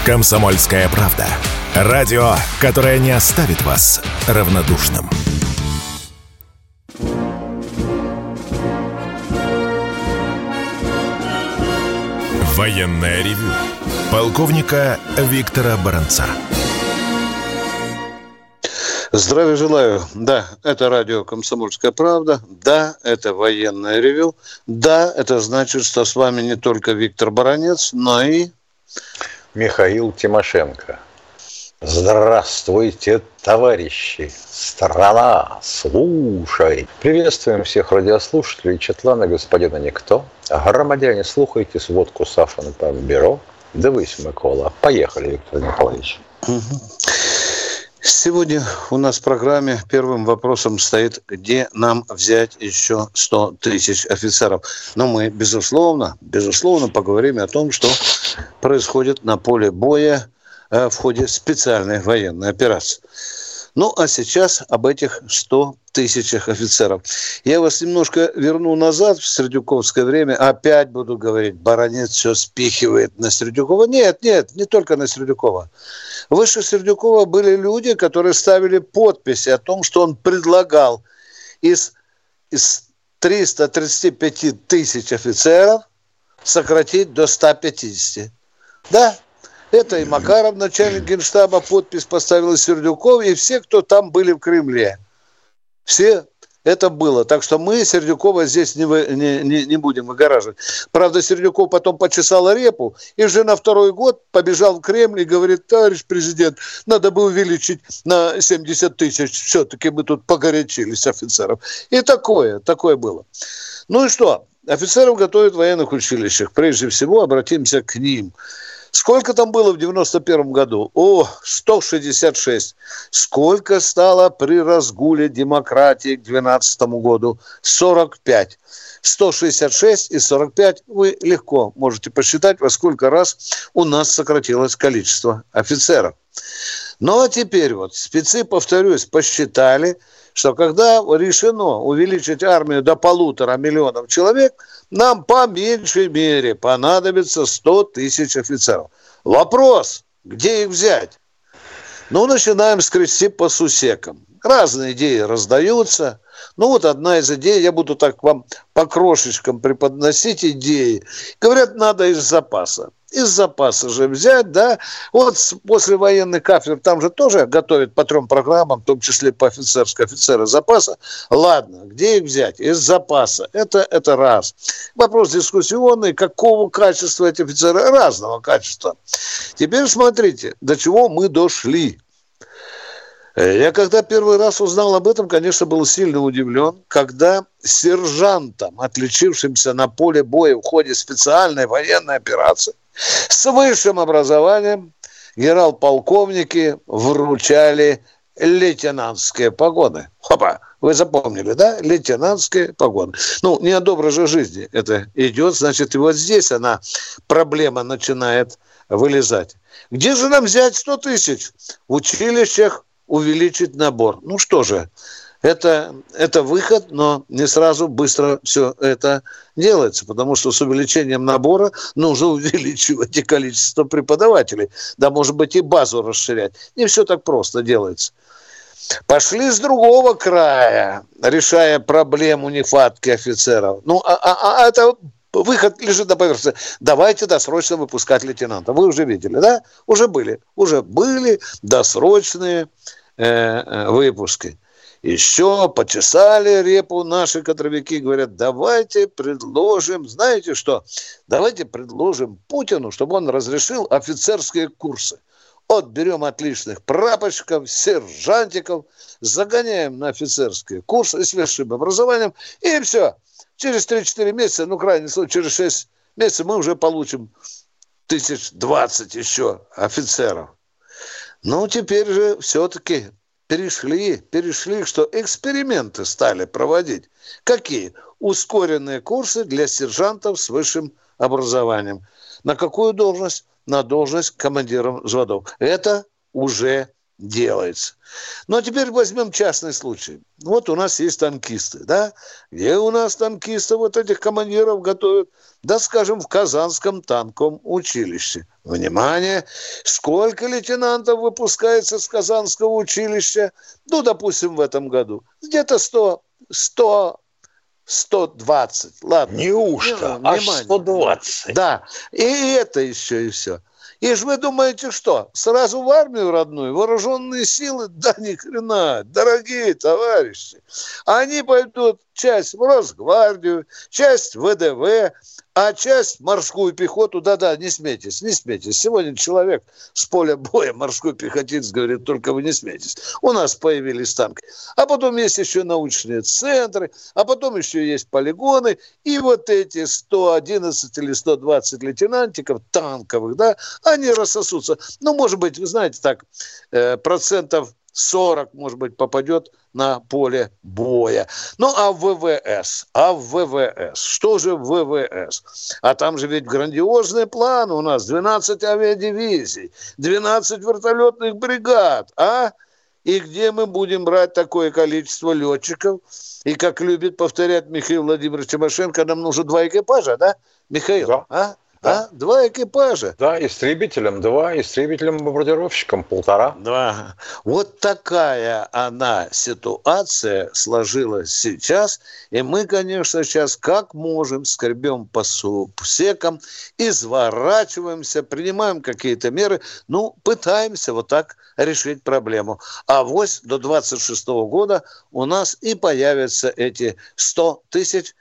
«Комсомольская правда». Радио, которое не оставит вас равнодушным. Военное ревю полковника Виктора Баранца. Здравия желаю. Да, это радио «Комсомольская правда». Да, это военное ревю. Да, это значит, что с вами не только Виктор Баранец, но и... Михаил Тимошенко. Здравствуйте, товарищи! Страна, слушай! Приветствуем всех радиослушателей Четлана, господина Никто. Громадяне, слухайте сводку Сафинформбюро. Дивись, Микола. Поехали, Виктор Николаевич. Сегодня у нас в программе первым вопросом стоит, где нам взять еще 100 тысяч офицеров. Но мы, безусловно, поговорим о том, что происходит на поле боя в ходе специальной военной операции. Ну, а сейчас об этих 100 тысячах офицеров. Я вас немножко верну назад в сердюковское время. Опять буду говорить, Баранец все спихивает на Сердюкова. Нет, не только на Сердюкова. Выше Сердюкова были люди, которые ставили подписи о том, что он предлагал из 335 тысяч офицеров сократить до 150. Да, это и Макаров, начальник Генштаба, подпись поставил, и Сердюков, и все, кто там были в Кремле. Все это было. Так что мы Сердюкова здесь не будем выгораживать. Правда, Сердюков потом почесал репу и уже на второй год побежал в Кремль и говорит: товарищ президент, надо бы увеличить на 70 тысяч. Все-таки мы тут погорячились офицеров. И такое было. Ну и что? Офицеров готовят в военных училищах. Прежде всего обратимся к ним. Сколько там было в 91 году? 166. Сколько стало при разгуле демократии к 2012 году? 45. 166 и 45 вы легко можете посчитать, во сколько раз у нас сократилось количество офицеров. Ну а теперь вот спецы, повторюсь, посчитали, что когда решено увеличить армию до 1,5 миллиона человек, нам по меньшей мере понадобится 100 тысяч офицеров. Вопрос, где их взять? Ну, начинаем скрести по сусекам. Разные идеи раздаются. Ну, вот одна из идей, я буду так вам по крошечкам преподносить идеи. Говорят, надо из запаса. Из запаса же взять, да. Вот после военных кафедр там же тоже готовят по 3 программам, в том числе по офицеры запаса. Ладно, где их взять? Из запаса. Это раз. Вопрос дискуссионный. Какого качества эти офицеры? Разного качества. Теперь смотрите, до чего мы дошли. Я когда первый раз узнал об этом, конечно, был сильно удивлен, когда сержантам, отличившимся на поле боя в ходе специальной военной операции, с высшим образованием генерал-полковники вручали лейтенантские погоны. Хопа, вы запомнили, да? Лейтенантские погоны. Ну, не о доброй же жизни это идет, значит, и вот здесь проблема начинает вылезать. Где же нам взять 100 тысяч? В училищах увеличить набор. Ну что же, это выход, но не сразу быстро все это делается, потому что с увеличением набора нужно увеличивать и количество преподавателей. Да, может быть, и базу расширять. Не все так просто делается. Пошли с другого края, решая проблему нехватки офицеров. Ну, это выход лежит на поверхности. Давайте досрочно выпускать лейтенанта. Вы уже видели, да? Уже были досрочные выпуски. Еще почесали репу наши кадровики, говорят, давайте предложим, знаете что? Давайте предложим Путину, чтобы он разрешил офицерские курсы. Вот берем отличных прапорщиков, сержантиков, загоняем на офицерские курсы с высшим образованием, и все. Через 3-4 месяца, ну, крайний случай, через 6 месяцев мы уже получим 20 еще офицеров. Ну, теперь же все-таки перешли, что эксперименты стали проводить. Какие? Ускоренные курсы для сержантов с высшим образованием. На какую должность? На должность командиров взводов. Это уже делается. Ну, а теперь возьмем частный случай. Вот у нас есть танкисты, да? Где у нас танкисты вот этих командиров готовят? Да, скажем, в Казанском танковом училище. Внимание! Сколько лейтенантов выпускается с Казанского училища? Ну, допустим, в этом году. Где-то 120. Ладно. Неужто? Аж 120? Да. И это еще и все. И ж вы думаете, что? Сразу в армию родную, вооруженные силы? Да ни хрена, дорогие товарищи. Они пойдут часть в Росгвардию, часть в ВДВ, а часть в морскую пехоту. Да-да, не смейтесь, не смейтесь. Сегодня человек с поля боя, морской пехотинец, говорит, только вы не смейтесь. У нас появились танки. А потом есть еще научные центры, а потом еще есть полигоны. И вот эти 111 или 120 лейтенантиков танковых, да, они рассосутся. Ну, может быть, вы знаете, так, процентов 40, может быть, попадет на поле боя. Ну, а в ВВС? Что же в ВВС? А там же ведь грандиозный план у нас. 12 авиадивизий, 12 вертолетных бригад, а? И где мы будем брать такое количество летчиков? И, как любит повторять Михаил Владимирович Тимошенко, нам нужно 2 экипажа, да, Михаил? Да. А? Да. 2 экипажа. Да, истребителем 2, истребителем-бомбардировщиком 1,5. Да. Вот такая она ситуация сложилась сейчас. И мы, конечно, сейчас как можем скребем по сусекам, изворачиваемся, принимаем какие-то меры. Ну, пытаемся вот так решить проблему. А вось до 26 года у нас и появятся эти 100 тысяч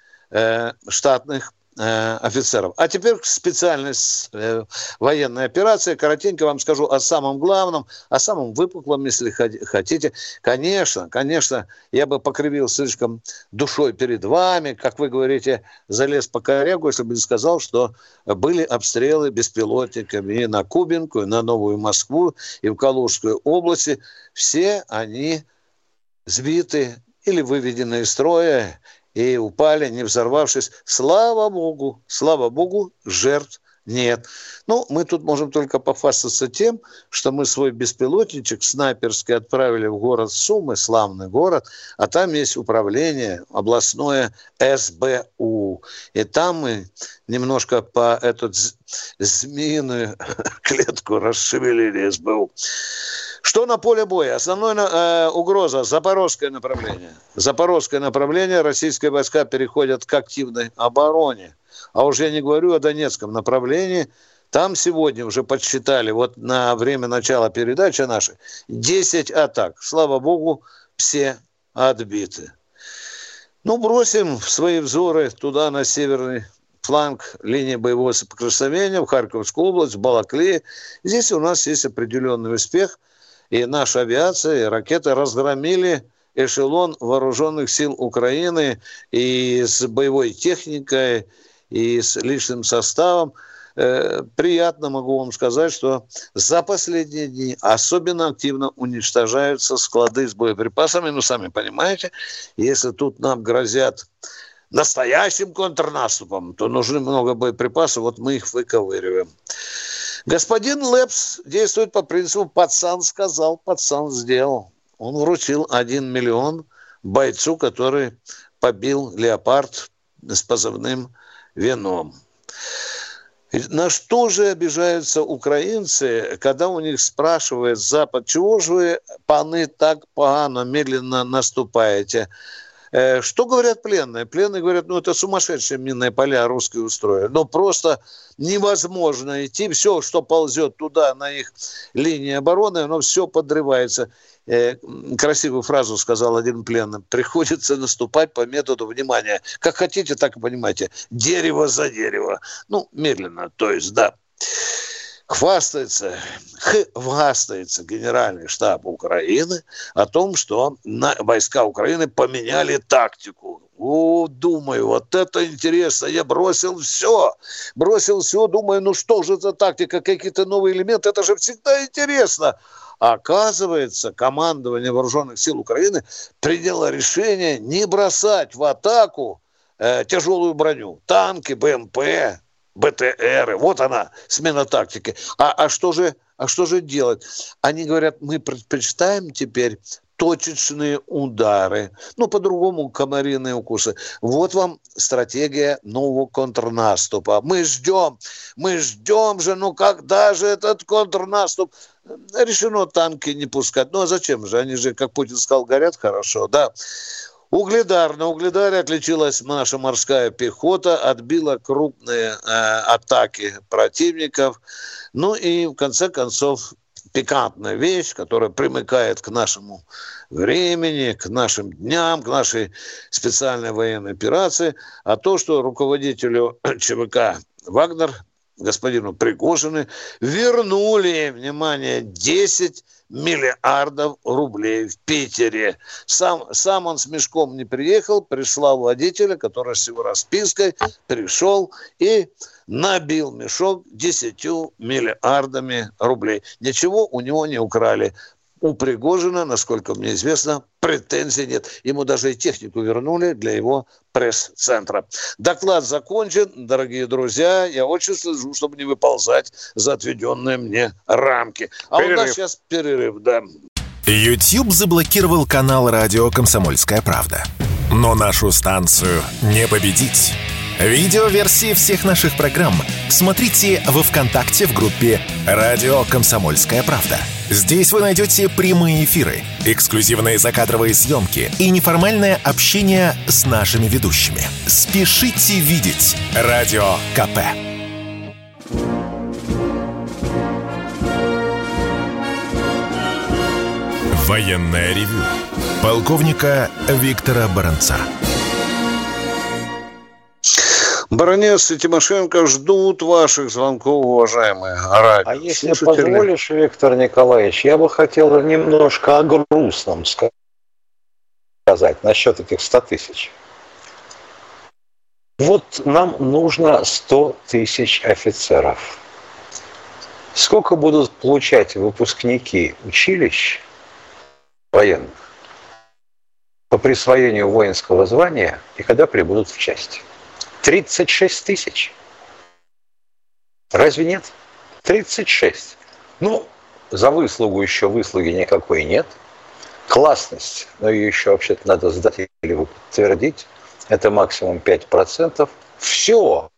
штатных офицеров. А теперь специальная военная операция. Коротенько вам скажу о самом главном, о самом выпуклом, если хотите. Конечно, я бы покривил слишком душой перед вами, как вы говорите, залез по корягу, если бы не сказал, что были обстрелы беспилотниками и на Кубинку, и на Новую Москву, и в Калужской области. Все они сбиты или выведены из строя, и упали, не взорвавшись. Слава Богу, жертв нет. Ну, мы тут можем только похвастаться тем, что мы свой беспилотничек снайперский отправили в город Сумы, славный город, а там есть управление областное СБУ. И там мы немножко по эту змеиную клетку расшевелили СБУ. Что на поле боя? Основная угроза – Запорожское направление. Запорожское направление, российские войска переходят к активной обороне. А уже я не говорю о Донецком направлении. Там сегодня уже подсчитали, вот на время начала передачи нашей, 10 атак. Слава богу, все отбиты. Ну, бросим свои взоры туда, на северный фланг линии боевого соприкосновения, в Харьковскую область, в Балаклее. Здесь у нас есть определенный успех. И наша авиация, и ракеты разгромили эшелон вооруженных сил Украины и с боевой техникой, и с личным составом. Приятно могу вам сказать, что за последние дни особенно активно уничтожаются склады с боеприпасами. Ну, сами понимаете, если тут нам грозят настоящим контрнаступом, то нужно много боеприпасов, вот мы их выковыриваем. Господин Лепс действует по принципу «пацан сказал, пацан сделал». Он вручил 1 миллион бойцу, который побил «Леопард» с позывным «Веном». На что же обижаются украинцы, когда у них спрашивает Запад, чего же вы, паны, так погано, медленно наступаете? Что говорят пленные? Пленные говорят, это сумасшедшие минные поля русские устроили. Но просто невозможно идти. Все, что ползет туда, на их линии обороны, оно все подрывается. Красивую фразу сказал один пленный. Приходится наступать по методу внимания. Как хотите, так и понимаете. Дерево за дерево. Медленно, то есть, да. Хвастается Генеральный штаб Украины о том, что войска Украины поменяли тактику. Думаю, вот это интересно. Я бросил все, думаю, что же за тактика, какие-то новые элементы, это же всегда интересно. Оказывается, командование Вооруженных сил Украины приняло решение не бросать в атаку тяжелую броню, танки, БМП, БТРы. Вот она, смена тактики. А что же делать? Они говорят, мы предпочитаем теперь точечные удары. По-другому комариные укусы. Вот вам стратегия нового контрнаступа. Мы ждем же, когда же этот контрнаступ? Решено танки не пускать. А зачем же? Они же, как Путин сказал, горят хорошо, да. На Угледаре отличилась наша морская пехота, отбила крупные атаки противников. И, в конце концов, пикантная вещь, которая примыкает к нашему времени, к нашим дням, к нашей специальной военной операции, а то, что руководителю ЧВК «Вагнер», господину Пригожину, вернули, внимание, 10 миллиардов рублей в Питере. Сам он с мешком не приехал, прислал водителя, который с его распиской пришел и набил мешок 10 миллиардами рублей. Ничего у него не украли. У Пригожина, насколько мне известно, претензий нет. Ему даже и технику вернули для его пресс-центра. Доклад закончен, дорогие друзья. Я очень слежу, чтобы не выползать за отведенные мне рамки. У нас сейчас перерыв, да. YouTube заблокировал канал радио «Комсомольская правда». Но нашу станцию не победить. Видеоверсии всех наших программ смотрите во ВКонтакте в группе «Радио Комсомольская правда». Здесь вы найдете прямые эфиры, эксклюзивные закадровые съемки и неформальное общение с нашими ведущими. Спешите видеть Радио КП. Военное ревю полковника Виктора Баранца. Баранец и Тимошенко ждут ваших звонков, уважаемые радио. А если позволишь, Виктор Николаевич, я бы хотел немножко о грустном сказать насчет этих 100 тысяч. Вот нам нужно 100 тысяч офицеров. Сколько будут получать выпускники училищ военных по присвоению воинского звания и когда прибудут в часть? 36 тысяч. Разве нет? 36. За выслугу еще выслуги никакой нет. Классность, но ее еще вообще-то надо сдать или подтвердить. Это максимум 5%. Все.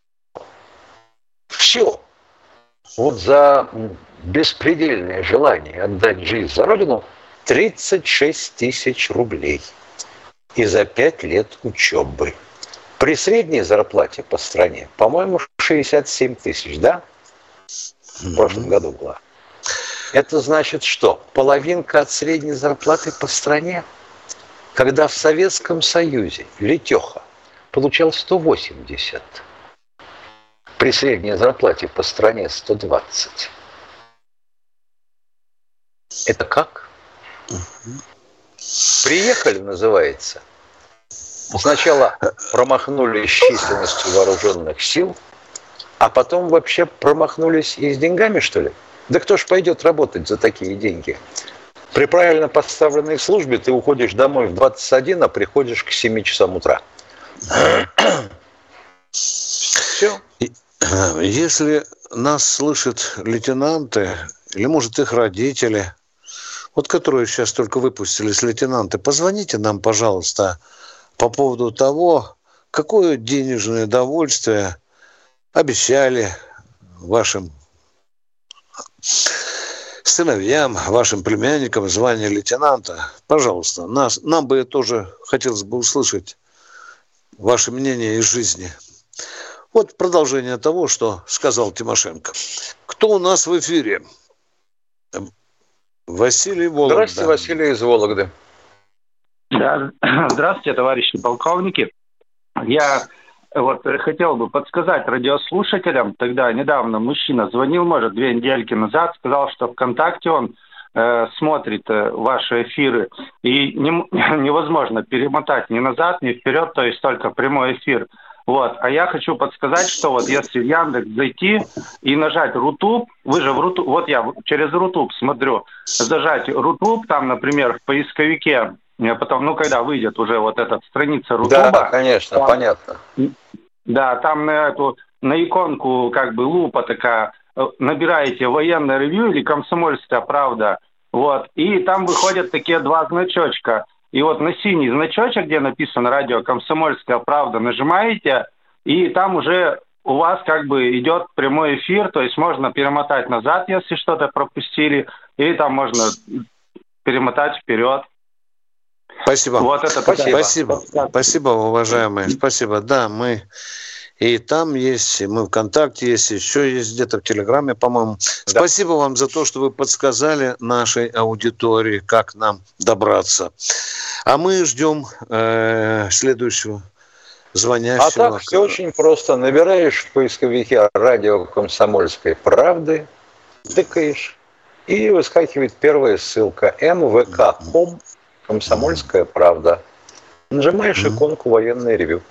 Вот за беспредельное желание отдать жизнь за Родину 36 тысяч рублей. И за 5 лет учебы. При средней зарплате по стране, по-моему, 67 тысяч, да? В прошлом году была. Это значит что? Половинка от средней зарплаты по стране. Когда в Советском Союзе Летеха получал 180, при средней зарплате по стране 120. Это как? Приехали, называется. Сначала промахнулись с численностью вооруженных сил, а потом вообще промахнулись и с деньгами, что ли? Да кто ж пойдет работать за такие деньги? При правильно поставленной службе ты уходишь домой в 21, а приходишь к 7 часам утра. Все. Если нас слышат лейтенанты, или, может, их родители, которые сейчас только выпустились лейтенанты, позвоните нам, пожалуйста, по поводу того, какое денежное довольствие обещали вашим сыновьям, вашим племянникам звание лейтенанта. Пожалуйста, нам бы тоже хотелось бы услышать ваше мнение из жизни. Вот продолжение того, что сказал Тимошенко. Кто у нас в эфире? Василий, Вологда. Здравствуйте, Василий из Вологды. Да, здравствуйте, товарищи полковники. Я хотел бы подсказать радиослушателям. Тогда недавно мужчина звонил, 2 недельки назад, сказал, что ВКонтакте он смотрит ваши эфиры, и невозможно перемотать ни назад, ни вперед, то есть только прямой эфир. А я хочу подсказать, что если в Яндекс зайти и нажать Рутуб, вы же в Рутуб, я через Рутуб смотрю, зажать Рутуб, там, например, в поисковике, потом, когда выйдет уже эта страница Рутуба. Да, конечно, понятно. Да, там на эту на иконку как бы лупа такая, набираете «Военное ревью» или «Комсомольская правда», вот, и там выходят такие два значочка. И вот на синий значочек, где написано «Радио Комсомольская правда», нажимаете, и там уже у вас как бы идет прямой эфир, то есть можно перемотать назад, если что-то пропустили, или там можно перемотать вперед. Спасибо. Вот это Спасибо, уважаемые. Спасибо. Да, мы и там есть, и мы ВКонтакте есть, еще есть где-то в Телеграме, по-моему. Да. Спасибо вам за то, что вы подсказали нашей аудитории, как нам добраться. А мы ждем следующего звонящего. А так все очень просто. Набираешь в поисковике «Радио Комсомольской правды», тыкаешь, и выскакивает первая ссылка mvk.com «Комсомольская правда». Нажимаешь иконку «Военное ревью».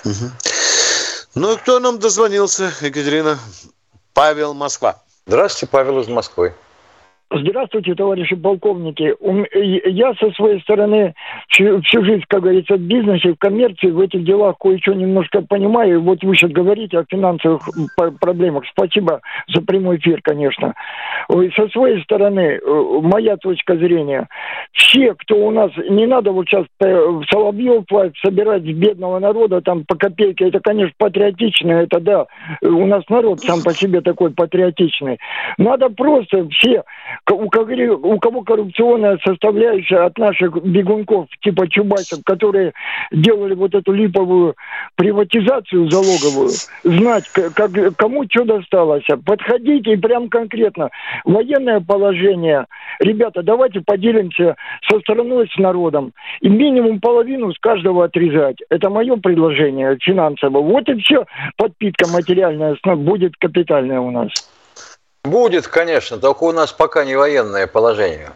Ну и кто нам дозвонился, Екатерина? Павел, Москва. Здравствуйте, Павел из Москвы. Здравствуйте, товарищи полковники. Я со своей стороны всю жизнь, как говорится, в бизнесе, в коммерции, в этих делах кое-что немножко понимаю. Вот вы сейчас говорите о финансовых проблемах. Спасибо за прямой эфир, конечно. Со своей стороны, моя точка зрения, все, кто у нас, не надо вот сейчас Соловьев собирать с бедного народа там по копейке, это, конечно, патриотично, это да, у нас народ сам по себе такой патриотичный. Надо просто все... У кого коррупционная составляющая от наших бегунков, типа Чубайсов, которые делали вот эту липовую приватизацию залоговую, знать, кому что досталось. Подходите и прям конкретно. Военное положение. Ребята, давайте поделимся со страной, с народом. И минимум половину с каждого отрезать. Это мое предложение финансово. Вот и все. Подпитка материальная будет капитальная у нас. Будет, конечно, только у нас пока не военное положение.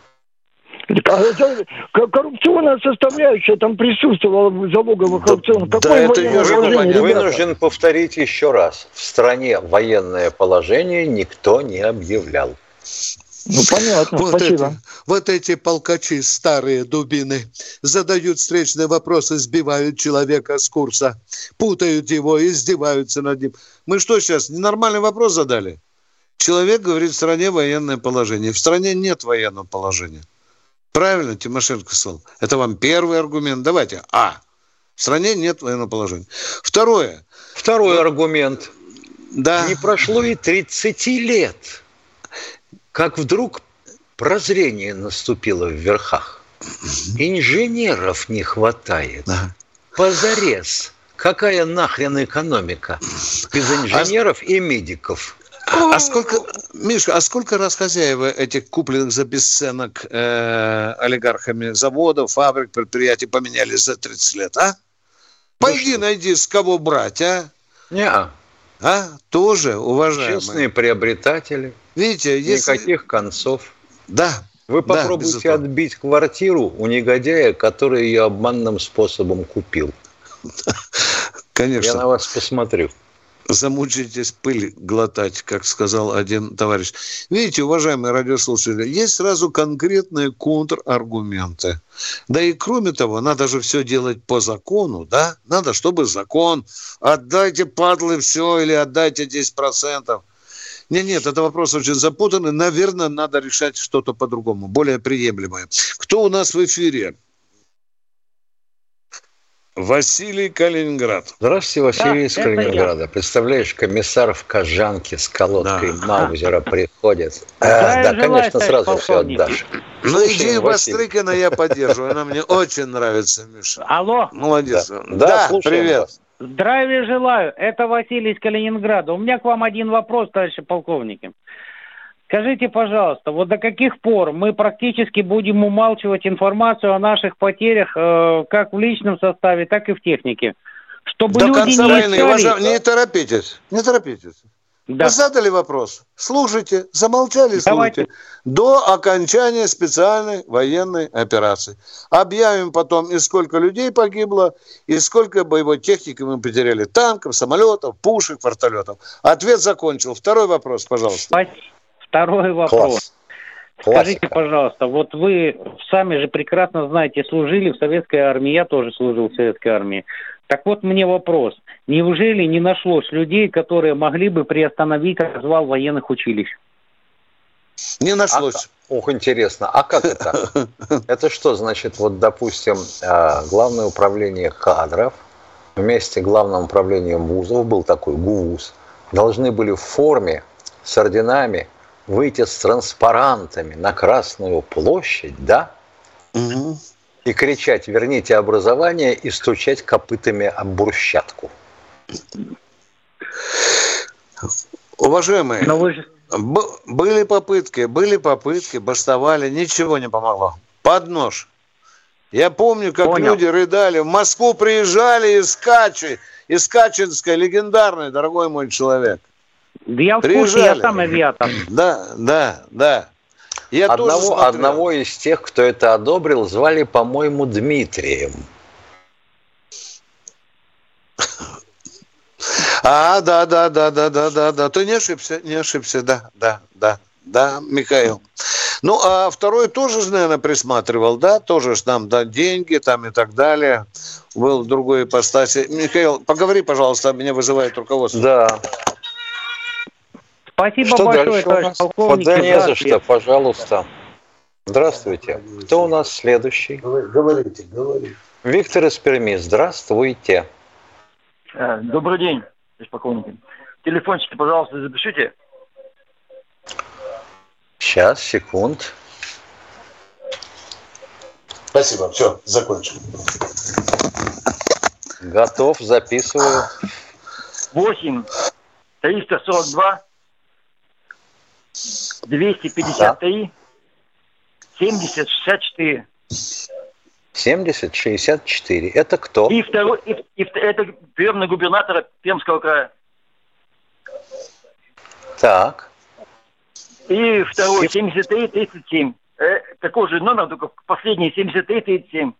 Коррупционная составляющая там присутствовала в залоговых аукционах. Да, это я же вынужден повторить еще раз. В стране военное положение никто не объявлял. Ну, понятно, спасибо. Вот эти полкачи, старые дубины, задают встречные вопросы, сбивают человека с курса, путают его, издеваются над ним. Мы что сейчас, ненормальный вопрос задали? Человек говорит, в стране военное положение. В стране нет военного положения. Правильно, Тимошенко сказал. Это вам первый аргумент. Давайте. В стране нет военного положения. Второй аргумент. Да. Не прошло и 30 лет, как вдруг прозрение наступило в верхах. Инженеров не хватает. Позарез. Какая нахрен экономика без инженеров и медиков? Мишка, сколько раз хозяева этих купленных за бесценок олигархами заводов, фабрик, предприятий поменялись за 30 лет, а? Пойди найди, с кого брать, а? Не-а. Тоже, уважаемые. Честные приобретатели. Видите, никаких концов. Да. Вы попробуйте отбить квартиру у негодяя, который ее обманным способом купил. Конечно. Я на вас посмотрю. Замучитесь пыль глотать, как сказал один товарищ. Видите, уважаемые радиослушатели, есть сразу конкретные контраргументы. Да и кроме того, надо же все делать по закону, да? Надо, чтобы закон. Отдайте, падлы, все, или отдайте 10%. Нет, это вопрос очень запутанный. Наверное, надо решать что-то по-другому, более приемлемое. Кто у нас в эфире? Василий, Калининград. Здравствуйте, Василий из Калининграда. Представляешь, комиссар в кожанке с колодкой Маузера приходит. Да, конечно, сразу все отдашь. Ну, идею Бастрыкина я поддерживаю. Она мне очень нравится, Миша. Алло. Молодец. Да, привет. Вас. Здравия желаю. Это Василий из Калининграда. У меня к вам один вопрос, товарищи полковники. Скажите, пожалуйста, вот до каких пор мы практически будем умалчивать информацию о наших потерях как в личном составе, так и в технике? Чтобы до люди конца не войны, искали... не торопитесь. Да. Вы задали вопрос, слушайте, замолчали, Давайте. слушайте. До окончания специальной военной операции. Объявим потом, и сколько людей погибло, и сколько боевой техники мы потеряли. Танков, самолетов, пушек, вертолетов. Ответ закончил. Второй вопрос, пожалуйста. Второй вопрос. Скажите, пожалуйста, вот вы сами же прекрасно знаете, служили в советской армии, я тоже служил в советской армии. Так вот мне вопрос. Неужели не нашлось людей, которые могли бы приостановить развал военных училищ? Не нашлось. Ох, интересно. А как это? Это что значит, вот, допустим, Главное управление кадров вместе с Главным управлением вузов, был такой ГУВУЗ, должны были в форме с орденами выйти с транспарантами на Красную площадь, да? Угу. И кричать: верните образование, и стучать копытами об брусчатку. Уважаемые, Но вы же... были попытки, бастовали, ничего не помогло. Под нож. Я помню, как люди рыдали. В Москву приезжали из Качи, из Качинской, легендарной, дорогой мой человек. Да я в курсе, я сам авиатор. Да. Я Одного из тех, кто это одобрил, звали, по-моему, Дмитрием. Да. Ты не ошибся, да, Михаил. Ну, а второй тоже, наверное, присматривал, да, тоже ж там, да, деньги там и так далее. Был в другой ипостаси. Михаил, поговори, пожалуйста, меня вызывает руководство. Да. Спасибо что большое, товарищ полковник. Да не за что, пожалуйста. Здравствуйте. Кто у нас следующий? Говорите. Виктор из Перми, здравствуйте. Добрый день, товарищ полковник. Телефончики, пожалуйста, запишите. Сейчас, секунд. Спасибо, все, закончим. Готов, записываю. 8 342 253 70 64. 70-64. Это кто? И второй, это приемный губернатора Пермского края. Так. И второй 73-37. Такой же номер, только последний 73-37.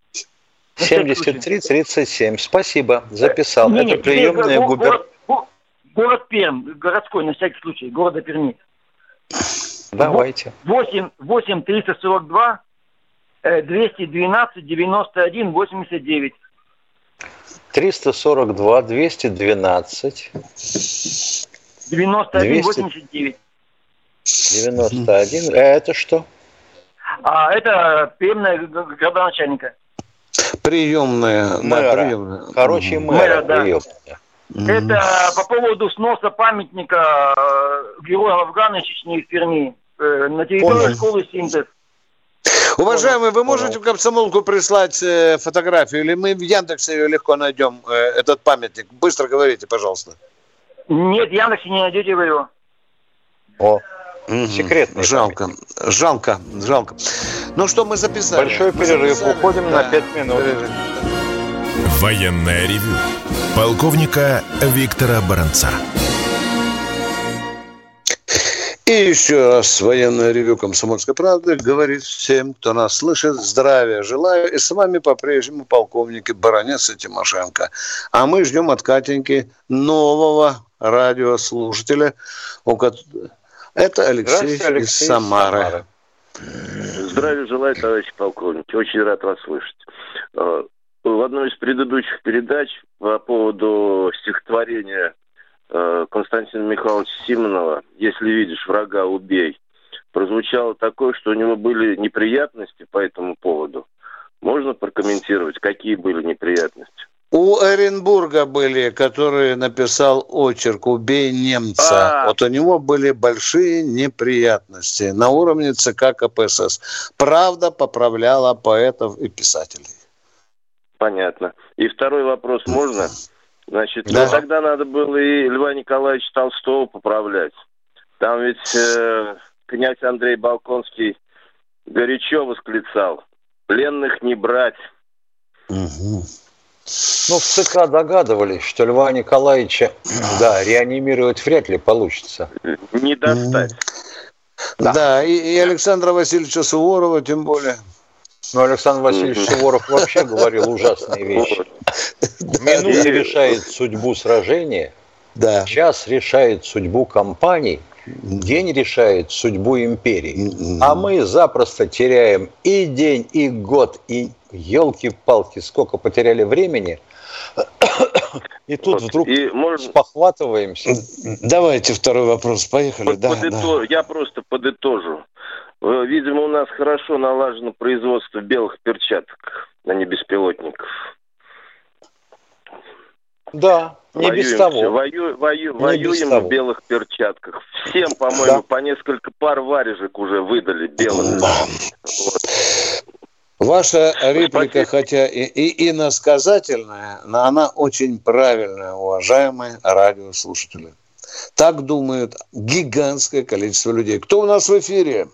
73-37. Спасибо, записал. Это приемная губернатора. Город Пермь, городской, на всякий случай, города Перми. Давайте. 8 342 212 91 89. 342 212 91 89. 91. Это что? Это приемная градоначальника. Приемная. Мэра. Короче, мэра приемная. Это по поводу сноса памятника героям Афгана Чечни в Перми на территории школы «Синтез». Уважаемые, вы можете в комсомолку прислать фотографию, или мы в Яндексе ее легко найдем, этот памятник? Быстро говорите, пожалуйста. Нет, в Яндексе не найдете вы его. Секретный. Жалко. Ну что, мы записали. Большой перерыв. Уходим на 5 минут. Военное ревю полковника Виктора Баранца. И еще раз военное ревю «Комсомольской правды» говорит всем, кто нас слышит, здравия желаю. И с вами по-прежнему полковник Баранец и Тимошенко. А мы ждем от Катеньки нового радиослушателя. Это Алексей из Самары. Здравия желаю, товарищ полковник. Очень рад вас слышать. В одной из предыдущих передач по поводу стихотворения Константина Михайловича Симонова «Если видишь врага, убей», прозвучало такое, что у него были неприятности по этому поводу. Можно прокомментировать, какие были неприятности? У Оренбурга были, который написал очерк «Убей немца». Вот у него были большие неприятности на уровне ЦК КПСС. Правда поправляла поэтов и писателей. Понятно. И второй вопрос можно? Значит, да. Тогда надо было и Льва Николаевича Толстого поправлять. Там ведь князь Андрей Болконский горячо восклицал: «Пленных не брать». Угу. Ну, в ЦК догадывались, что Льва Николаевича, реанимировать вряд ли получится. Не достать. Да, и Александра Васильевича Суворова тем более. Но Александр Васильевич Суворов вообще говорил ужасные вещи. Минута решает судьбу сражения, час решает судьбу кампаний, день решает судьбу империи. А мы запросто теряем и день, и год, и елки-палки, сколько потеряли времени И тут Вот. вдруг И можно... спохватываемся. Давайте второй вопрос. Поехали. Да. Я просто подытожу. Видимо, у нас хорошо налажено производство белых перчаток, а не беспилотников. Да, не без того. Воюем в белых перчатках. Всем, по-моему, по несколько пар варежек уже выдали белых. Да. Вот. Ваша реплика, хотя и иносказательная, но она очень правильная, уважаемые радиослушатели. Так думают гигантское количество людей. Кто у нас в эфире?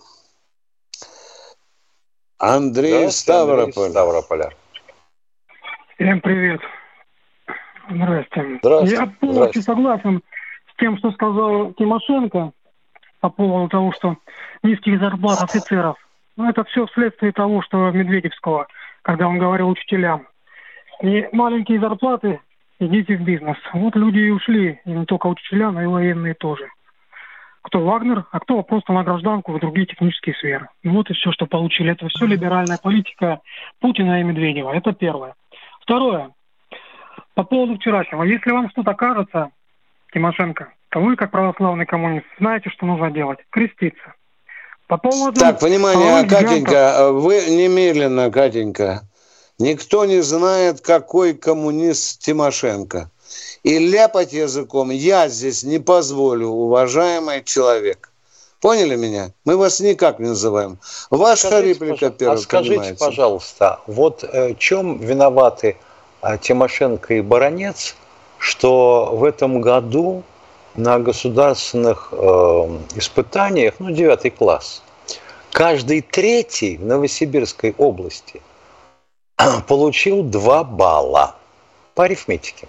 Андрей Ставрополя. Всем привет. Здрасте. Здравствуйте. Я полностью согласен с тем, что сказал Тимошенко по поводу того, что низких зарплат офицеров. Ну, это все вследствие того, что Медведевского, когда он говорил учителям. И маленькие зарплаты, идите в бизнес. Вот люди и ушли, и не только учителя, но и военные тоже. Кто Вагнер, а кто просто на гражданку в другие технические сферы. И вот и все, что получили. Это все либеральная политика Путина и Медведева. Это первое. Второе. По поводу вчерашнего. Если вам что-то кажется, Тимошенко, то вы, как православный коммунист, знаете, что нужно делать. Креститься. По поводу... Так, внимание, Катенька, вы немедленно, Катенька. Никто не знает, какой коммунист Тимошенко. И ляпать языком я здесь не позволю, уважаемый человек. Поняли меня? Мы вас никак не называем. Ваша реплика первая. Скажите, пожалуйста, вот в чем виноваты Тимошенко и Баранец, что в этом году на государственных испытаниях, 9 класс, каждый третий в Новосибирской области получил 2 балла по арифметике.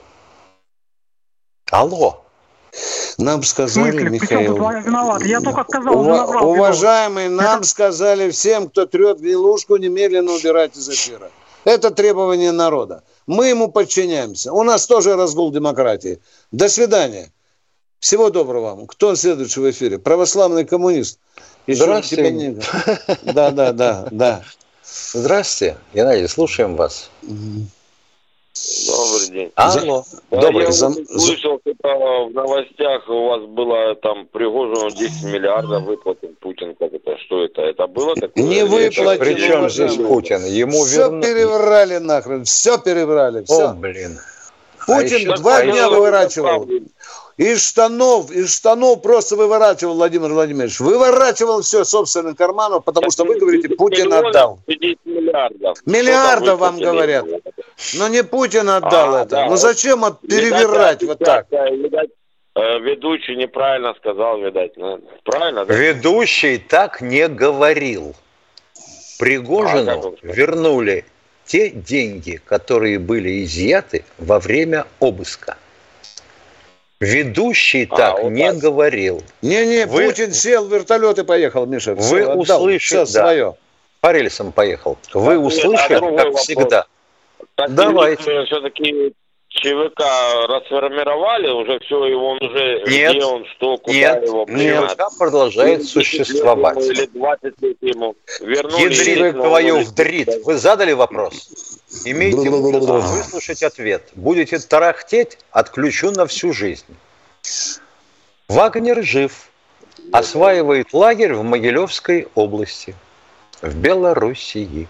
Алло. Нам сказали, Михаил... Я только сказал, уважаемый, нам сказали всем, кто трет гнилушку, немедленно убирать из эфира. Это требование народа. Мы ему подчиняемся. У нас тоже разгул демократии. До свидания. Всего доброго вам. Кто следующий в эфире? Православный коммунист. Здравствуйте. Да. Здравствуйте, Геннадий, слушаем вас. Добрый день. Алло. Добрый. Я слышал, что в новостях у вас было там Пригожину 10 миллиардов выплатил Путин. Как это? Что это? Это было такое? Не выплатил. Причем здесь Путин? Ему все переврали нахрен. Все переврали. Все. О, блин. Путин 2 дня выворачивал. Из штанов просто выворачивал Владимир Владимирович. Выворачивал все собственных карманов, потому что вы говорите, Путин отдал. Миллиардов вам говорят. Но не Путин отдал это. Да. Ну зачем перевирать вот так? Видать, ведущий неправильно сказал, видать. Правильно? Да? Ведущий так не говорил. Пригожину вернули те деньги, которые были изъяты во время обыска. Ведущий так не говорил. Путин сел в вертолет и поехал, Миша. Вы услышали, свое. По рельсам поехал. Вы услышали, как всегда. Давайте. Все-таки ЧВК расформировали, уже все, его уже... Нет, где он, что, куда его... ЧВК продолжает существовать. Или 20 лет ему вернули... Ядрит твою вдрит. Вы задали вопрос? Имейте мужество выслушать ответ. Будете тарахтеть, отключу на всю жизнь. Вагнер жив. Осваивает лагерь в Могилевской области. В Белоруссии.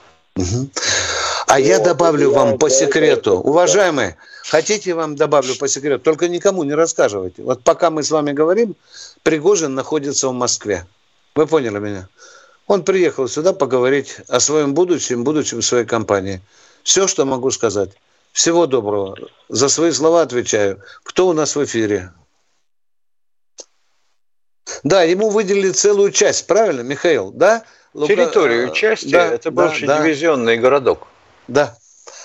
А я добавлю вам по секрету. Уважаемые, хотите, я вам добавлю по секрету? Только никому не рассказывайте. Вот пока мы с вами говорим, Пригожин находится в Москве. Вы поняли меня? Он приехал сюда поговорить о своем будущем своей компании. Все, что могу сказать. Всего доброго. За свои слова отвечаю. Кто у нас в эфире? Да, ему выделили целую часть, правильно, Михаил? Да? Территорию части, да, это бывший дивизионный городок. Да.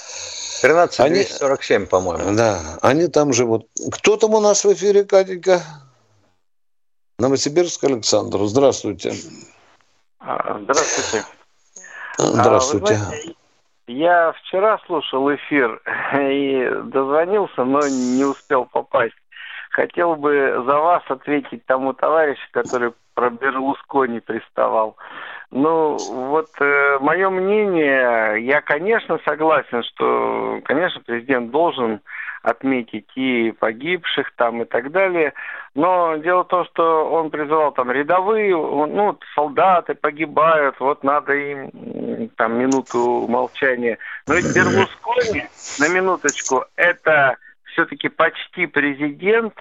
13247, по-моему. Да, они там живут. Кто там у нас в эфире, Катенька? Новосибирск, Александр. Здравствуйте. Здравствуйте. Здравствуйте. Знаете, я вчера слушал эфир и дозвонился, но не успел попасть. Хотел бы за вас ответить тому товарищу, который про Берлускони приставал. Ну, вот мое мнение, я, конечно, согласен, что, конечно, президент должен отметить и погибших там и так далее, но дело в том, что он призывал там рядовые, ну, солдаты погибают, вот надо им там минуту молчания. Но ведь Берлускони, на минуточку, это все-таки почти президент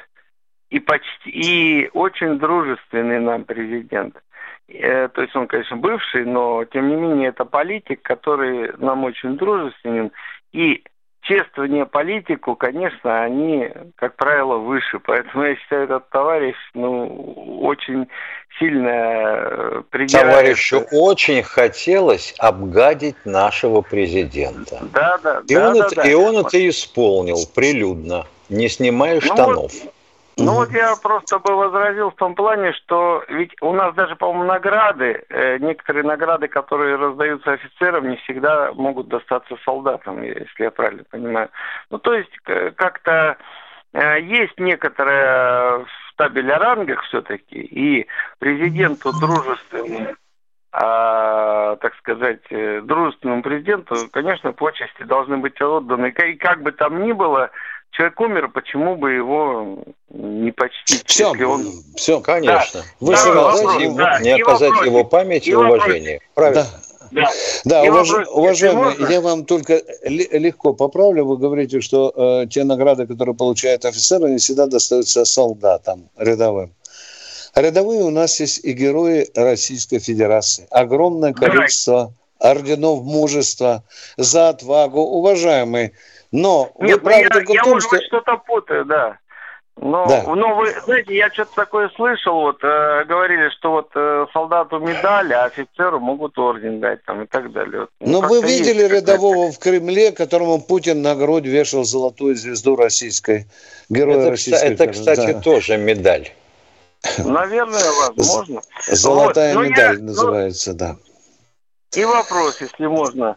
и очень дружественный нам президент. То есть он, конечно, бывший, но, тем не менее, это политик, который нам очень дружественен. И чествование политику, конечно, они, как правило, выше. Поэтому я считаю, этот товарищ, очень сильно придирается. Товарищу очень хотелось обгадить нашего президента. Да. И он это исполнил прилюдно, не снимая штанов. Вот я просто бы возразил в том плане, что ведь у нас даже, по-моему, награды, некоторые награды, которые раздаются офицерам, не всегда могут достаться солдатам, если я правильно понимаю. То есть как-то есть некоторая в табеле о рангах все-таки, и президенту дружественному, так сказать, дружественному президенту, конечно, почести должны быть отданы. И как бы там ни было, человек умер, почему бы его не почтить? Все, конечно. Вы не оказать его памяти и уважения. Правильно. Да, уважаемые, я вам только легко поправлю. Вы говорите, что те награды, которые получают офицеры, не всегда достаются солдатам рядовым. Рядовые у нас есть и герои Российской Федерации. Огромное количество орденов мужества за отвагу, уважаемые. Но нет, я может быть, что-то путаю, да. Но вы знаете, я что-то такое слышал, говорили, что солдату медаль, а офицеру могут орден дать там и так далее. Но вы видели рядового в Кремле, которому Путин на грудь вешал золотую звезду российской, героя российской. Это, кстати, тоже медаль. Наверное, возможно. Золотая медаль называется, да. И вопрос, если можно.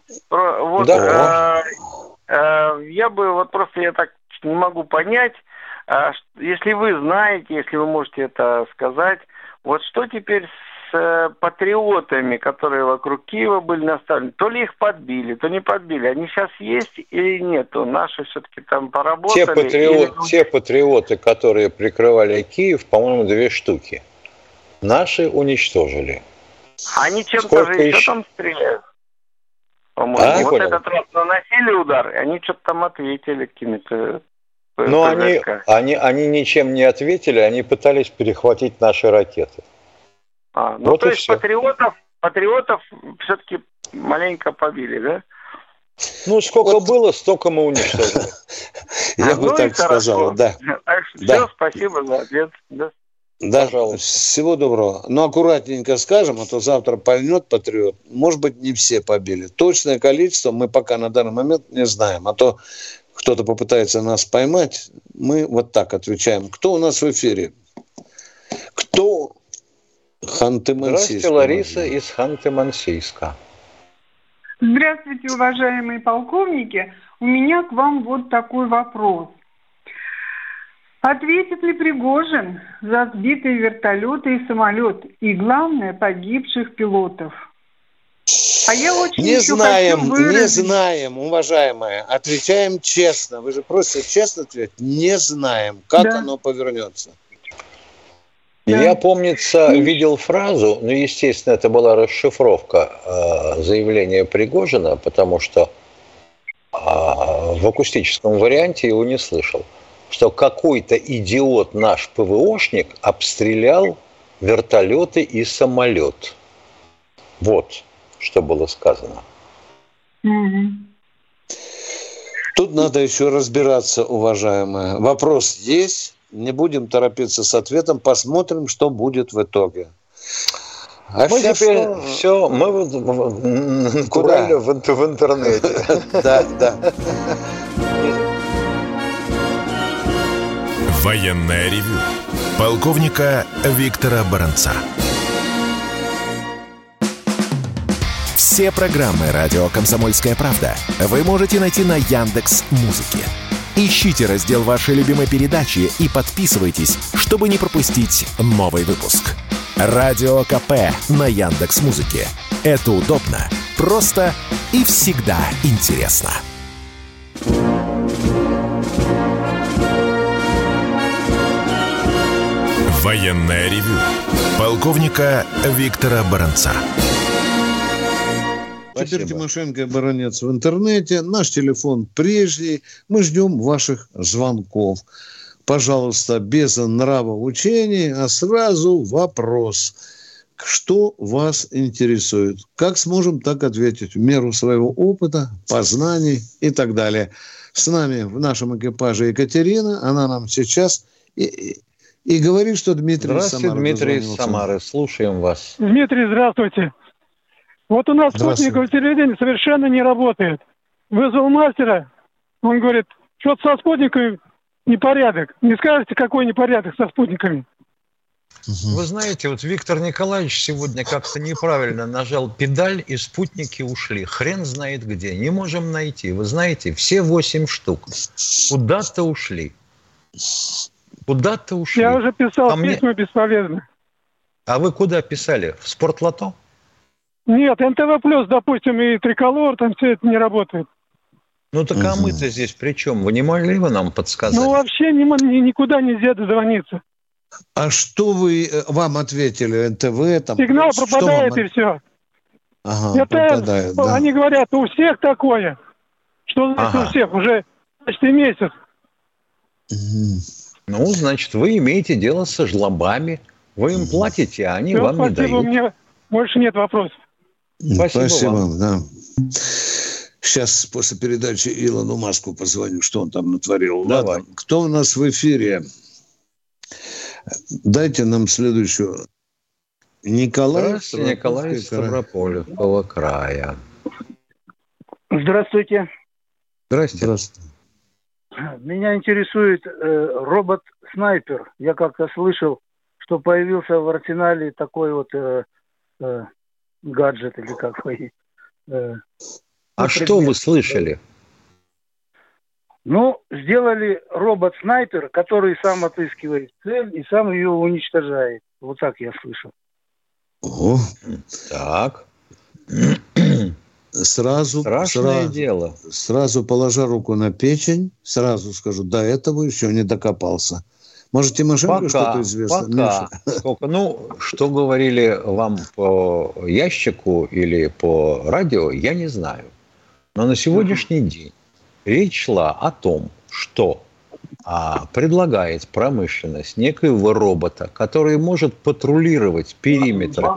Я бы просто я так не могу понять, если вы знаете, если вы можете это сказать, что теперь с патриотами, которые вокруг Киева были наставлены, то ли их подбили, то не подбили, они сейчас есть или нет? Наши все-таки там поработали. Те патриоты, которые прикрывали Киев, по-моему, 2 штуки. Наши уничтожили. Они чем-то же еще там стреляют. По-моему, этот раз наносили удар, и они что-то там ответили какими-то. Но они ничем не ответили, они пытались перехватить наши ракеты. То есть патриотов все-таки маленько побили, да? Сколько было, столько мы уничтожили. Я бы так сказал, да. Все, спасибо за ответ. Да, всего доброго. Но аккуратненько скажем, а то завтра пальнет патриот. Может быть, не все побили. Точное количество мы пока на данный момент не знаем. А то кто-то попытается нас поймать. Мы вот так отвечаем. Кто у нас в эфире? Кто? Ханты-Мансийск. Здравствуйте, Лариса из Ханты-Мансийска. Здравствуйте, уважаемые полковники. У меня к вам вот такой вопрос. Ответит ли Пригожин за сбитые вертолеты и самолет? И, главное, погибших пилотов? Я очень не знаем, уважаемые. Отвечаем честно. Вы же просите честно ответить. Не знаем, как оно повернется. Я, помнится, видел фразу, естественно, это была расшифровка заявления Пригожина, потому что в акустическом варианте его не слышал, что какой-то идиот наш ПВОшник обстрелял вертолеты и самолет. Вот что было сказано. Тут надо еще разбираться, уважаемые. Вопрос есть, не будем торопиться с ответом, посмотрим, что будет в итоге. Мы теперь все, мы куда? В интернете. Да. Военное ревю полковника Виктора Баранца. Все программы «Радио Комсомольская правда» вы можете найти на Яндекс.Музыке. Ищите раздел вашей любимой передачи и подписывайтесь, чтобы не пропустить новый выпуск. Радио КП на Яндекс.Музыке. Это удобно, просто и всегда интересно. Военное ревю полковника Виктора Баранца. Теперь Тимошенко и Баранец в интернете. Наш телефон прежний. Мы ждем ваших звонков. Пожалуйста, без нравоучений, а сразу вопрос. Что вас интересует? Как сможем, так ответить в меру своего опыта, познаний и так далее. С нами в нашем экипаже Екатерина. Она нам сейчас и говорит, что Дмитрий из Самары. Здравствуйте, Дмитрий из Самары. Слушаем вас. Дмитрий, здравствуйте. Вот у нас спутниковое телевидение совершенно не работает. Вызвал мастера, он говорит, что-то со спутниками непорядок. Не скажете, какой непорядок со спутниками? Вы знаете, вот Виктор Николаевич сегодня как-то неправильно нажал педаль, и спутники ушли. Хрен знает где. Не можем найти. Вы знаете, все 8 штук куда-то ушли. Куда-то ушли. Я уже писал письма бесполезно. А вы куда писали? В Спортлото? Нет, НТВ+, допустим, и Триколор, там все это не работает. Ну так а мы-то здесь при чем? Вы не могли бы нам подсказать? Ну вообще никуда нельзя дозвониться. А что вам ответили? НТВ? Там, сигнал пропадает и все. Ага, это пропадает, да. Они говорят, у всех такое. Что значит у всех? Уже почти месяц. Ну, значит, вы имеете дело со жлобами. Вы им платите, а они вам не дают. Спасибо, мне больше нет вопросов. Спасибо вам. Да. Сейчас после передачи Илону Маску позвоню, что он там натворил. Давай. Ладно. Кто у нас в эфире? Дайте нам следующую. Николай из Ставропольского края. Здравствуйте. Здравствуйте. Меня интересует робот-снайпер. Я как-то слышал, что появился в арсенале такой вот гаджет, или как вы... что вы слышали? Ну, сделали робот-снайпер, который сам отыскивает цель и сам ее уничтожает. Вот так я слышал. О. Так. Страшное дело. Сразу положа руку на печень, сразу скажу, до этого еще не докопался. Может, Тимошенко что-то известно? Пока. Что говорили вам по ящику или по радио, я не знаю. Но на сегодняшний день речь шла о том, что предлагает промышленность некоего робота, который может патрулировать периметр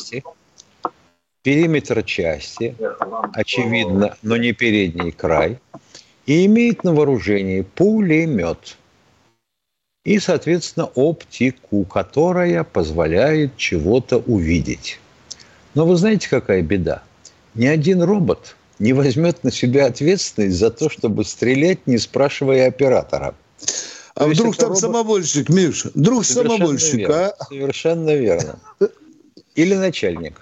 части, очевидно, но не передний край, и имеет на вооружении пулемет и, соответственно, оптику, которая позволяет чего-то увидеть. Но вы знаете, какая беда? Ни один робот не возьмет на себя ответственность за то, чтобы стрелять, не спрашивая оператора. А вдруг там самовольщик, Миш? Вдруг самовольщик, Совершенно верно. Или начальник.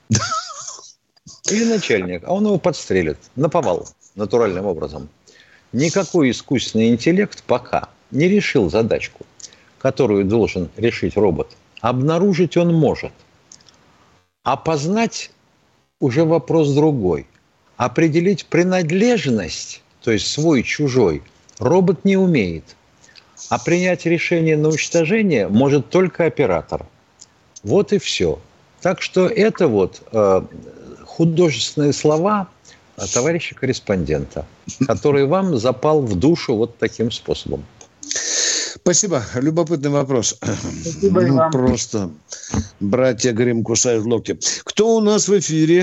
А он его подстрелит наповал, натуральным образом. Никакой искусственный интеллект пока не решил задачку, которую должен решить робот. Обнаружить он может. Опознать уже вопрос другой. Определить принадлежность, то есть свой-чужой, робот не умеет. А принять решение на уничтожение может только оператор. Вот и все. Так что это художественные слова товарища корреспондента, который вам запал в душу вот таким способом. Спасибо. Любопытный вопрос. Спасибо и вам. Просто братья Гримм кусают локти. Кто у нас в эфире?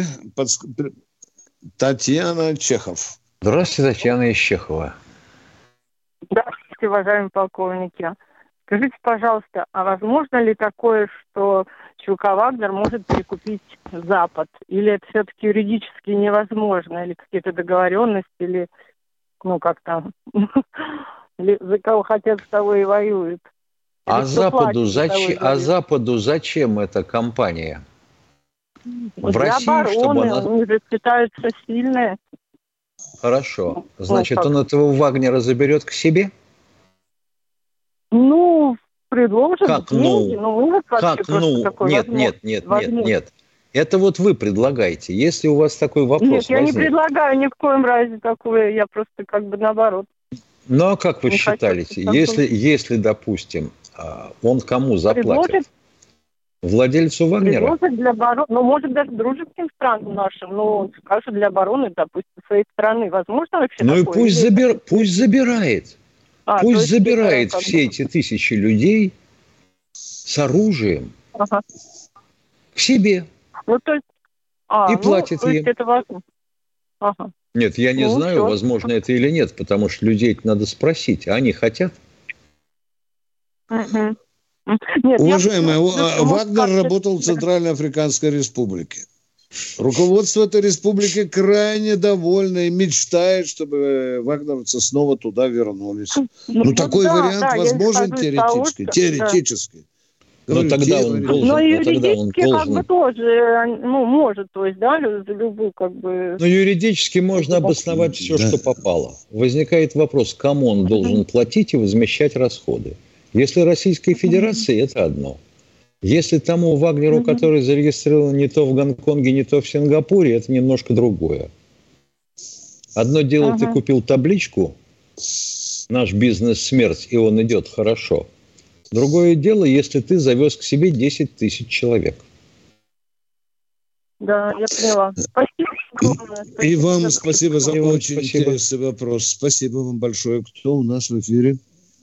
Татьяна Чехов. Здравствуйте, Татьяна из Чехова. Здравствуйте, уважаемые полковники. Скажите, пожалуйста, а возможно ли такое, что ЧВК «Вагнер» может перекупить Запад? Или это все-таки юридически невозможно? Или какие-то договоренности? Или, как там... За кого хотят, с того и воюют. А Западу зачем эта кампания? В России, обороны, чтобы она... у них же считаются сильные. Хорошо. Значит, он этого Вагнера заберет к себе? Предложит деньги. Нет. Это вот вы предлагаете. Если у вас такой вопрос Нет, я возник... не предлагаю ни в коем разе такое. Я просто как бы наоборот. Ну, а как вы Не считаете, хочу, если, допустим, он кому заплатит? Предложит Владельцу Вагнера? предложит для обороны, ну, может, даже дружеским странам нашим, но скажут для обороны, допустим, своей страны. Возможно вообще Ну и такое? пусть забирает. Пусть забирает как все бы... эти тысячи людей с оружием Ага. к себе. Ну, то есть... И платит то есть им. это важно. Ага. Нет, я не знаю, всё. возможно это или нет, потому что людей надо спросить, а они хотят? Мгм. Нет, Уважаемые, я- Вагнер работал в Центральной Африканской Республике. Руководство этой республики крайне довольно и мечтает, чтобы вагнеровцы снова туда вернулись. Ну, такой вариант возможен теоретически. Теоретически. Но тогда он должен, но тогда юридически он как бы должен. тоже, ну, может, то есть, да, за любую как бы... Но юридически можно обосновать все, что попало. Возникает вопрос, кому он должен платить и возмещать расходы. Если Российской Федерации, это одно. Если тому Вагнеру, который зарегистрирован не то в Гонконге, не то в Сингапуре, это немножко другое. Одно дело, ты купил табличку «Наш бизнес – смерть», и он идет хорошо. Другое дело, если ты завез к себе 10 тысяч человек. Да, я поняла. Спасибо огромное. И вам спасибо за очень спасибо. интересный вопрос. Спасибо вам большое. Кто у нас в эфире?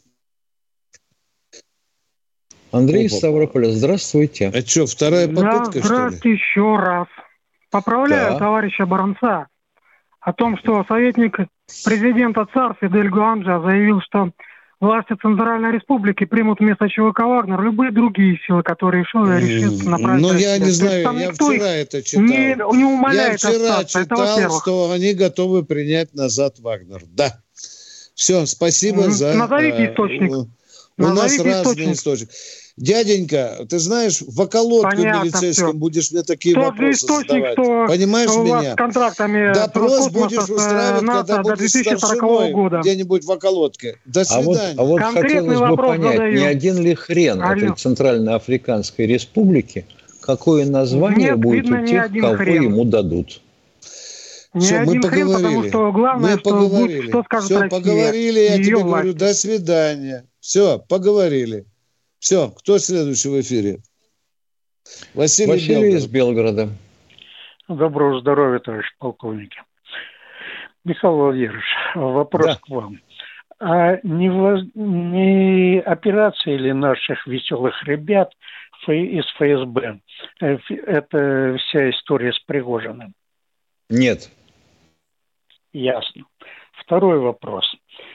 Андрей из Ставрополя, здравствуйте. А что, вторая попытка, что ли? Здравствуйте еще раз. Поправляю товарища Баранца о том, что советник президента ЦАР Фидель Гуанджа заявил, что власти Центральной Республики примут вместо ЧВК «Вагнер» любые другие силы, которые решат направить. Ну, я не знаю, я вчера это читал. Не умаляет я вчера остаться, читал, что они готовы принять назад «Вагнер». Да. Все, спасибо за... Назовите источник. У нас разные источники. Дяденька, ты знаешь, в околотке милицейском будешь мне такие вопросы задавать. Понимаешь меня? Допрос будешь устраивать, когда будешь старшиной где-нибудь в околотке. До свидания. А вот хотелось бы понять, не один ли хрен этой Центральноафриканской Республики, какое название будет у тех, кого ему дадут? Все, мы поговорили. Мы поговорили. Все, поговорили, я тебе говорю, до свидания. Все, поговорили. Все, кто следующий в эфире? Василий из Белгорода. Доброго здоровья, товарищ полковники. Михаил Владимирович, вопрос к вам. А не операция ли наших веселых ребят из ФСБ? Это вся история с Пригожиным? Нет. Ясно. Второй вопрос.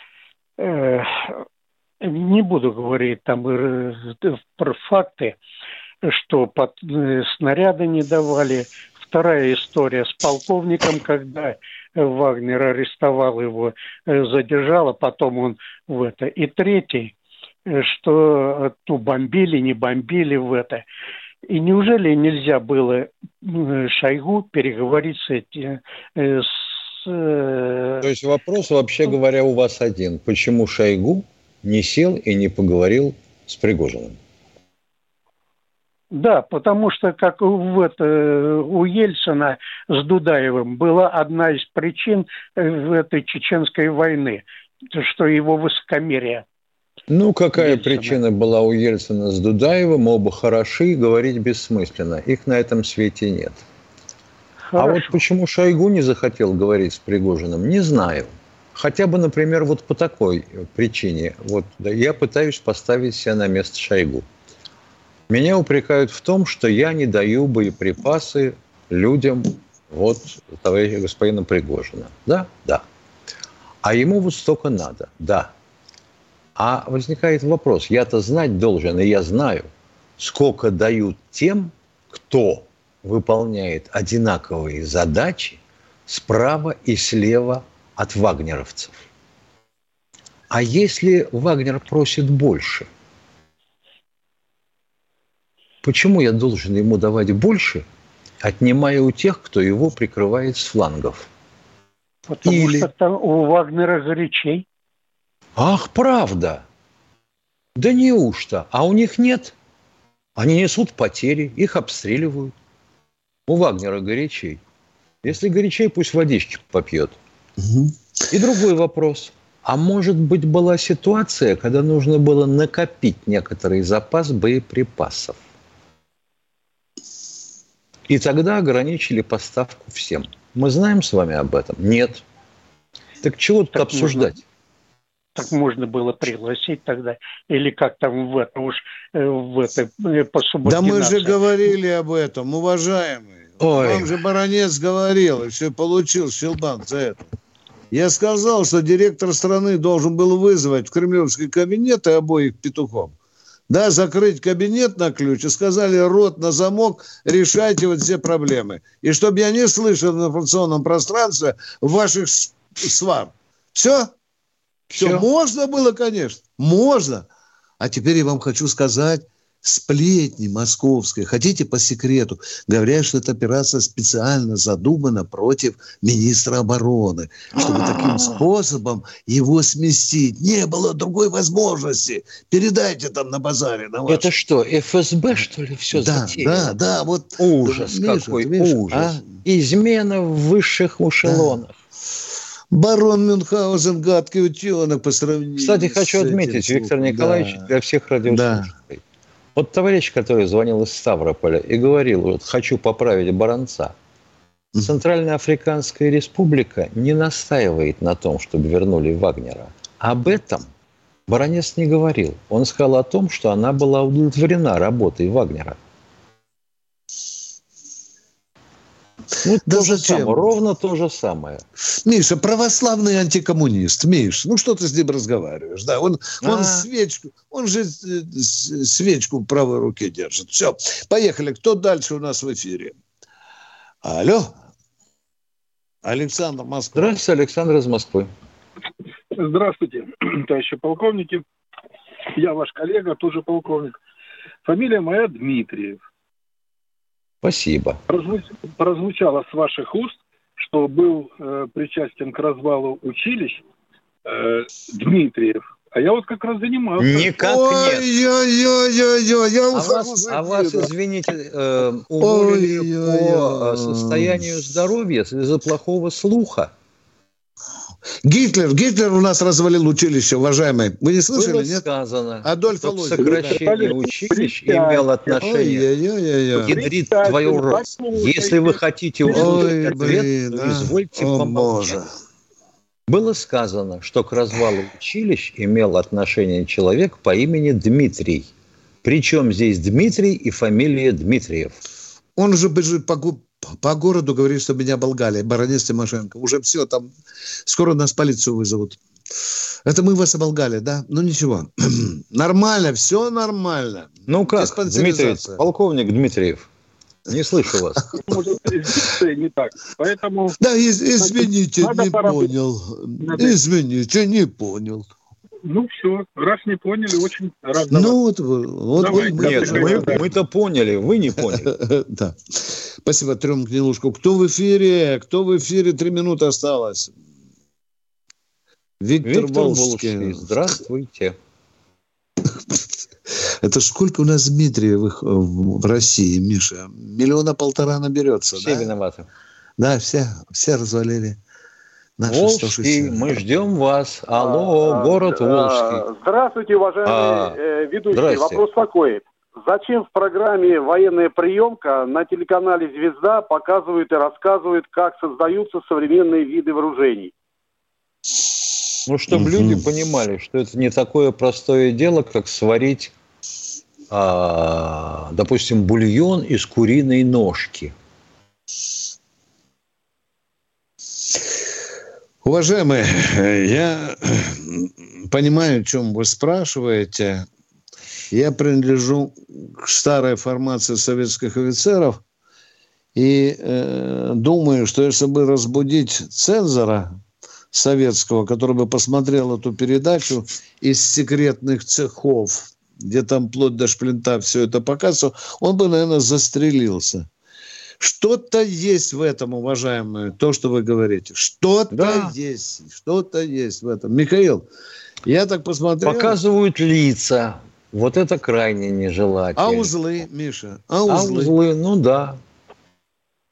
Не буду говорить там про факты, что снаряды не давали. Вторая история с полковником, когда Вагнер арестовал его, задержал, а потом он в это. И третий, что бомбили, не бомбили в это. И неужели нельзя было Шойгу переговорить То есть вопрос, вообще говоря, у вас один. Почему Шойгу не сел и не поговорил с Пригожиным? Да, потому что, как у Ельцина с Дудаевым, была одна из причин этой чеченской войны, что его высокомерие. Ну, какая причина была у Ельцина с Дудаевым? Оба хороши, говорить бессмысленно. Их на этом свете нет. Хорошо. А вот почему Шойгу не захотел говорить с Пригожиным, не знаю. Хотя бы, например, вот по такой причине. Вот я пытаюсь поставить себя на место Шойгу. Меня упрекают в том, что я не даю боеприпасы людям вот товарища господина Пригожина. Да? Да. А ему вот столько надо. Да. А возникает вопрос. Я-то знать должен, и я знаю, сколько дают тем, кто выполняет одинаковые задачи справа и слева от вагнеровцев. А если Вагнер просит больше, почему я должен ему давать больше, отнимая у тех, кто его прикрывает с флангов? Потому что там у Вагнера горячей. Ах, правда? Да неужто? А у них нет? Они несут потери, их обстреливают. У Вагнера горячей. Если горячей, пусть водички попьет. И другой вопрос. А может быть, была ситуация, когда нужно было накопить некоторый запас боеприпасов? И тогда ограничили поставку всем. Мы знаем с вами об этом? Нет. Так чего тут обсуждать? Так можно было пригласить тогда, или как там в это по субординации. Да мы же говорили об этом, уважаемые. Вам же Баранец говорил, и все получил щелбан за это. Я сказал, что директор страны должен был вызвать в кремлевский кабинет и обоих петухов. Да, закрыть кабинет на ключ и сказали: рот на замок, решайте вот все проблемы. И чтобы я не слышал в информационном пространстве ваших свар. Все? Все, можно было, конечно, можно. А теперь я вам хочу сказать сплетни московской. Хотите по секрету? Говорят, что эта операция специально задумана против министра обороны, чтобы таким способом его сместить. Не было другой возможности. Передайте там на базаре. На это что, ФСБ, что ли, все затеяло? Да. Вот, ужас, Миша, какой ужас. Измена в высших эшелонах. Барон Мюнхгаузен, гадкий утенок по сравнению. Кстати, хочу отметить, Виктор Николаевич, для всех радиослушателей. Вот товарищ, который звонил из Ставрополя и говорил: вот хочу поправить Баранца. Центральная Африканская Республика не настаивает на том, чтобы вернули Вагнера. Об этом Баранец не говорил. Он сказал о том, что она была удовлетворена работой Вагнера. Ну, да зачем? Ровно то же самое. Миша, православный антикоммунист. Миш, ну что ты с ним разговариваешь? Да, он свечку, он же свечку в правой руке держит. Все, поехали. Кто дальше у нас в эфире? Алло. Александр, Москва. Здравствуйте, Александр из Москвы. Здравствуйте, товарищи полковники. Я ваш коллега, тоже полковник. Фамилия моя Дмитриев. Спасибо. Прозвучало с ваших уст, что был причастен к развалу училищ Дмитриев. А я вот как раз занимался. Никак нет. Я вас, извините, уволили по состоянию здоровья из-за плохого слуха. Гитлер у нас развалил училище, уважаемые. Вы не слышали, было нет? Сказано, Адольф что сокращение училищ имел отношение. Ядрит твою рот. Если вы хотите услышать ответ, то извольте помолчать. Было сказано, что к развалу училищ имел отношение человек по имени Дмитрий. Причем здесь Дмитрий и фамилия Дмитриев. Он же бежит по городу, говорит, что меня оболгали. Баронец Тимошенко. Уже все, там скоро нас полицию вызовут. Это мы вас оболгали, да? Ну ничего. Нормально, все нормально. Ну как, Дмитрий, полковник Дмитриев? Не слышу вас. Может, не так. Поэтому... Да, извините, не понял. Извините, не понял. Ну все, раз не поняли, очень рад. Ну вот нет, мы-то поняли, вы не поняли. Да. Спасибо, Трем Гнилушку. Кто в эфире? 3 минуты осталось. Виктор Волжский. Здравствуйте. Это сколько у нас Дмитриевых в России, Миша? 1,5 миллиона наберется. Все виноваты. Да, все развалили. Волжский, мы ждем вас. Алло, город Волжский. Здравствуйте, уважаемые ведущие. Вопрос такой. Зачем в программе «Военная приемка» на телеканале «Звезда» показывают и рассказывают, как создаются современные виды вооружений? Ну, чтобы люди понимали, что это не такое простое дело, как сварить, допустим, бульон из куриной ножки. Уважаемые, я понимаю, о чем вы спрашиваете. Я принадлежу к старой формации советских офицеров и думаю, что если бы разбудить цензора советского, который бы посмотрел эту передачу из секретных цехов, где там вплоть до шплинта все это показывал, он бы, наверное, застрелился. Что-то есть в этом, уважаемые, то, что вы говорите. Что-то есть в этом. Михаил, я так посмотрел... Показывают лица. Вот это крайне нежелательно. А узлы, Миша? А узлы, ну да.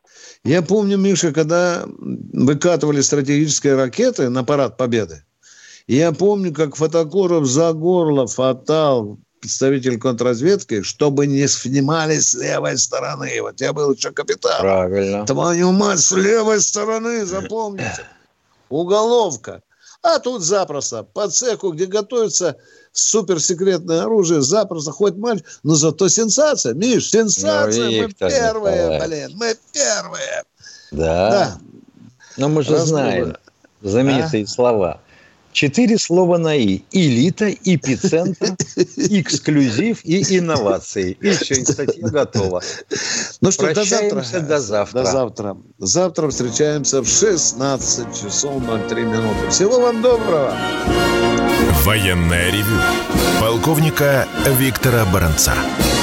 Я помню, Миша, когда выкатывали стратегические ракеты на парад Победы, я помню, как Фотокуров за горло хватал представитель контрразведки, чтобы не снимали с левой стороны. Вот я был еще капитаном. Правильно. Твою мать, с левой стороны, запомните. Уголовка. А тут запросто. По цеху, где готовится суперсекретное оружие, запросто хоть мальчик. Но зато сенсация. Миш, сенсация. Мы первые, блин. Мы первые. Да. Но мы же знаем знаменитые слова. 4 слова на «и». Элита, эпицентр, эксклюзив и инновации. И все, и статья готова. Ну что, прощаемся до завтра. До завтра. Завтра встречаемся в 16 часов 03 минуты. Всего вам доброго. Военное ревю полковника Виктора Баранца.